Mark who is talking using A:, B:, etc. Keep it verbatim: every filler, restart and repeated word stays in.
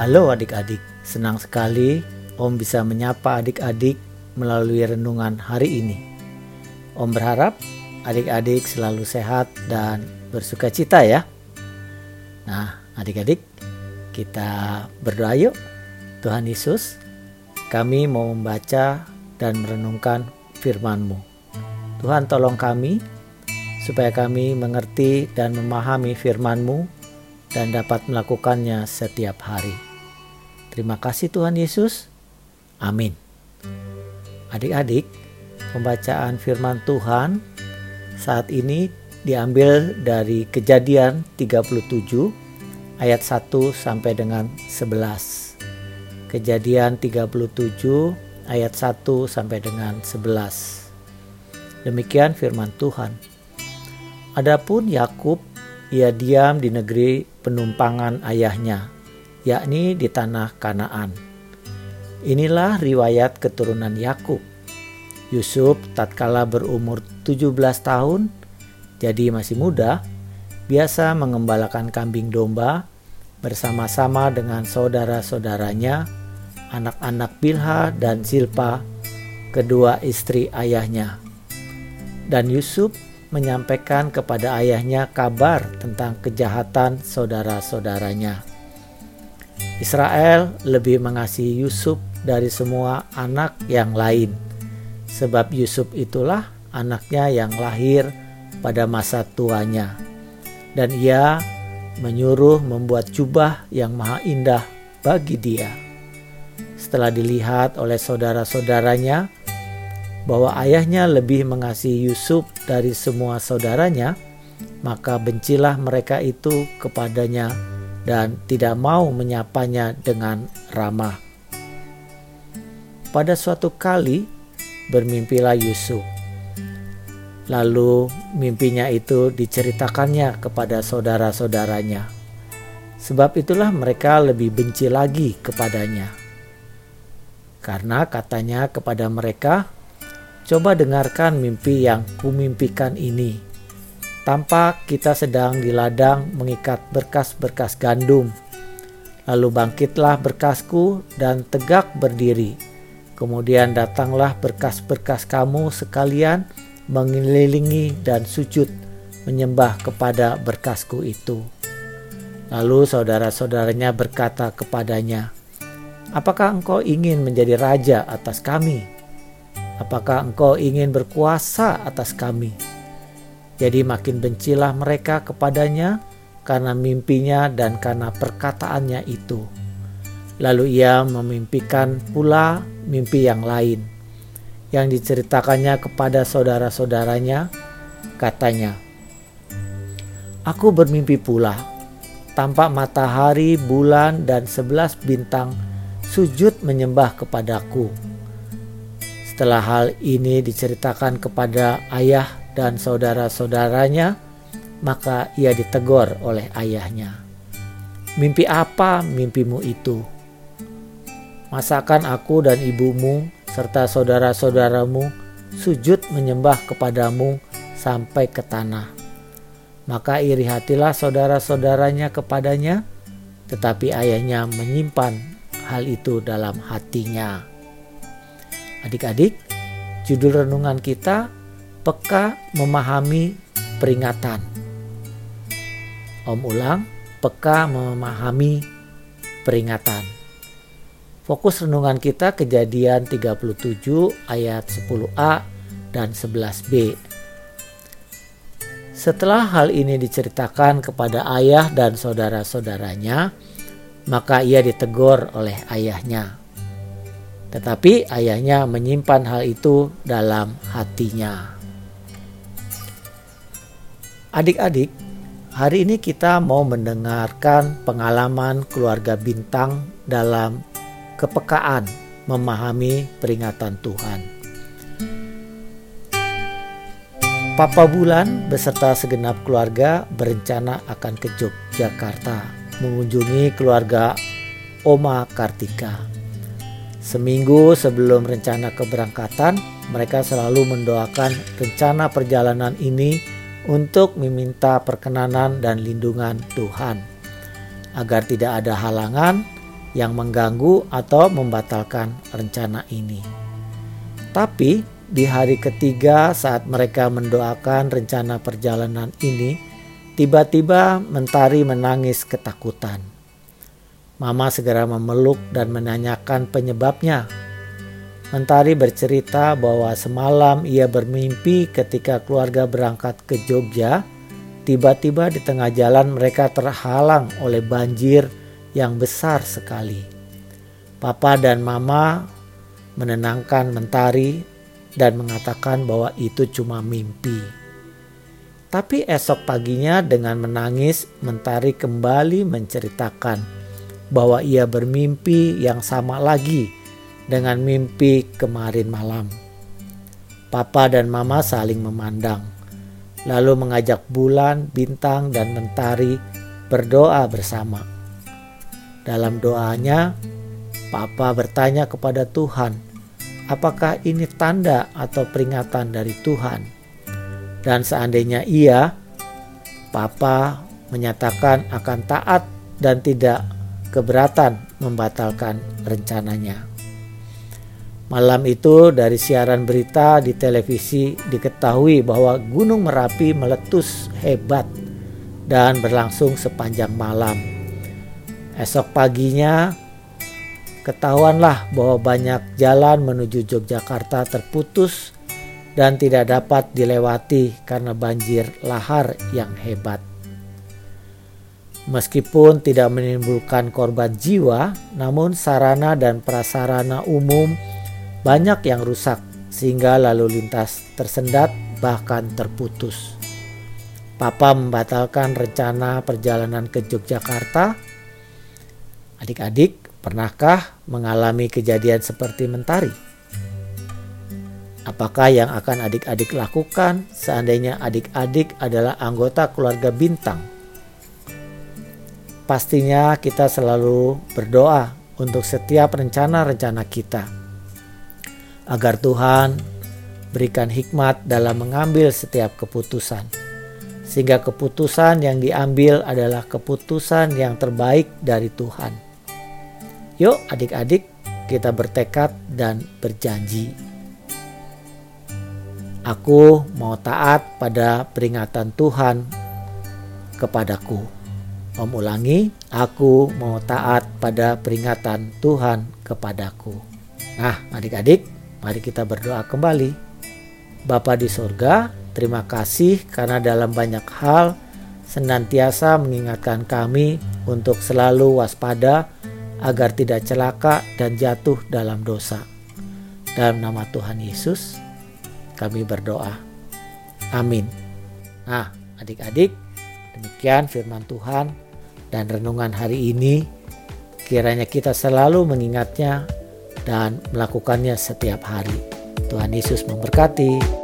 A: Halo adik-adik, senang sekali Om bisa menyapa adik-adik melalui renungan hari ini. Om berharap adik-adik selalu sehat dan bersukacita ya. Nah adik-adik, kita berdoa yuk. Tuhan Yesus, kami mau membaca dan merenungkan firman-Mu. Tuhan tolong kami supaya kami mengerti dan memahami firman-Mu dan dapat melakukannya setiap hari. Terima kasih Tuhan Yesus. Amin. Adik-adik, pembacaan firman Tuhan saat ini diambil dari Kejadian tiga puluh tujuh ayat satu sampai dengan sebelas. Kejadian tiga puluh tujuh ayat satu sampai dengan sebelas. Demikian firman Tuhan. Adapun Yakub, ia diam di negeri penumpangan ayahnya, yakni di tanah Kanaan. Inilah riwayat keturunan Yakub. Yusuf tatkala berumur tujuh belas tahun, jadi masih muda, biasa mengembalakan kambing domba bersama-sama dengan saudara-saudaranya, anak-anak Bilha dan Zilpa, kedua istri ayahnya. Dan Yusuf menyampaikan kepada ayahnya kabar tentang kejahatan saudara-saudaranya. Israel lebih mengasihi Yusuf dari semua anak yang lain, sebab Yusuf itulah anaknya yang lahir pada masa tuanya, dan ia menyuruh membuat jubah yang maha indah bagi dia. Setelah dilihat oleh saudara-saudaranya bahwa ayahnya lebih mengasihi Yusuf dari semua saudaranya, maka bencilah mereka itu kepadanya dan tidak mau menyapanya dengan ramah. Pada suatu kali bermimpilah Yusuf. Lalu mimpinya itu diceritakannya kepada saudara-saudaranya. Sebab itulah mereka lebih benci lagi kepadanya. Karena katanya kepada mereka, "Coba dengarkan mimpi yang kumimpikan ini. Tampak kita sedang di ladang mengikat berkas-berkas gandum. Lalu bangkitlah berkasku dan tegak berdiri. Kemudian datanglah berkas-berkas kamu sekalian mengelilingi dan sujud menyembah kepada berkasku itu." Lalu saudara-saudaranya berkata kepadanya, "Apakah engkau ingin menjadi raja atas kami? Apakah engkau ingin berkuasa atas kami?" Jadi makin bencilah mereka kepadanya karena mimpinya dan karena perkataannya itu. Lalu ia memimpikan pula mimpi yang lain, yang diceritakannya kepada saudara-saudaranya. Katanya, "Aku bermimpi pula, tampak matahari, bulan, dan sebelas bintang sujud menyembah kepadaku." Setelah hal ini diceritakan kepada ayah dan saudara-saudaranya, maka ia ditegur oleh ayahnya. "Mimpi apa mimpimu itu? Masakan aku dan ibumu serta saudara-saudaramu sujud menyembah kepadamu sampai ke tanah?" Maka iri hatilah saudara-saudaranya kepadanya, tetapi ayahnya menyimpan hal itu dalam hatinya. Adik-adik, judul renungan kita, peka memahami peringatan. Om ulang, peka memahami peringatan. Fokus renungan kita Kejadian tiga puluh tujuh ayat sepuluh a dan sebelas b. Setelah hal ini diceritakan kepada ayah dan saudara-saudaranya, maka ia ditegur oleh ayahnya. Tetapi ayahnya menyimpan hal itu dalam hatinya. Adik-adik, hari ini kita mau mendengarkan pengalaman keluarga Bintang dalam kepekaan memahami peringatan Tuhan. Papa Bulan beserta segenap keluarga berencana akan ke Yogyakarta mengunjungi keluarga Oma Kartika. Seminggu sebelum rencana keberangkatan, mereka selalu mendoakan rencana perjalanan ini untuk meminta perkenanan dan lindungan Tuhan, agar tidak ada halangan yang mengganggu atau membatalkan rencana ini. Tapi di hari ketiga saat mereka mendoakan rencana perjalanan ini, tiba-tiba Mentari menangis ketakutan. Mama segera memeluk dan menanyakan penyebabnya. Mentari bercerita bahwa semalam ia bermimpi ketika keluarga berangkat ke Jogja. Tiba-tiba di tengah jalan mereka terhalang oleh banjir yang besar sekali. Papa dan Mama menenangkan Mentari dan mengatakan bahwa itu cuma mimpi. Tapi esok paginya dengan menangis, Mentari kembali menceritakan bahwa ia bermimpi yang sama lagi dengan mimpi kemarin malam. Papa dan Mama saling memandang, lalu mengajak Bulan, Bintang, dan Mentari berdoa bersama. Dalam doanya, Papa bertanya kepada Tuhan, apakah ini tanda atau peringatan dari Tuhan? Dan seandainya iya, Papa menyatakan akan taat dan tidak keberatan membatalkan rencananya. Malam itu dari siaran berita di televisi diketahui bahwa Gunung Merapi meletus hebat dan berlangsung sepanjang malam. Esok paginya ketahuanlah bahwa banyak jalan menuju Yogyakarta terputus dan tidak dapat dilewati karena banjir lahar yang hebat. Meskipun tidak menimbulkan korban jiwa, namun sarana dan prasarana umum banyak yang rusak sehingga lalu lintas tersendat bahkan terputus. Papa membatalkan rencana perjalanan ke Yogyakarta. Adik-adik, pernahkah mengalami kejadian seperti Mentari? Apakah yang akan adik-adik lakukan seandainya adik-adik adalah anggota keluarga Bintang? Pastinya kita selalu berdoa untuk setiap rencana-rencana kita, agar Tuhan berikan hikmat dalam mengambil setiap keputusan, sehingga keputusan yang diambil adalah keputusan yang terbaik dari Tuhan. Yuk adik-adik, kita bertekad dan berjanji. Aku mau taat pada peringatan Tuhan kepadaku. Om ulangi, aku mau taat pada peringatan Tuhan kepadaku. Nah adik-adik, mari kita berdoa kembali. Bapa di surga, terima kasih karena dalam banyak hal senantiasa mengingatkan kami untuk selalu waspada agar tidak celaka dan jatuh dalam dosa. Dalam nama Tuhan Yesus kami berdoa. Amin. Nah adik-adik, demikian firman Tuhan dan renungan hari ini. Kiranya kita selalu mengingatnya dan melakukannya setiap hari. Tuhan Yesus memberkati.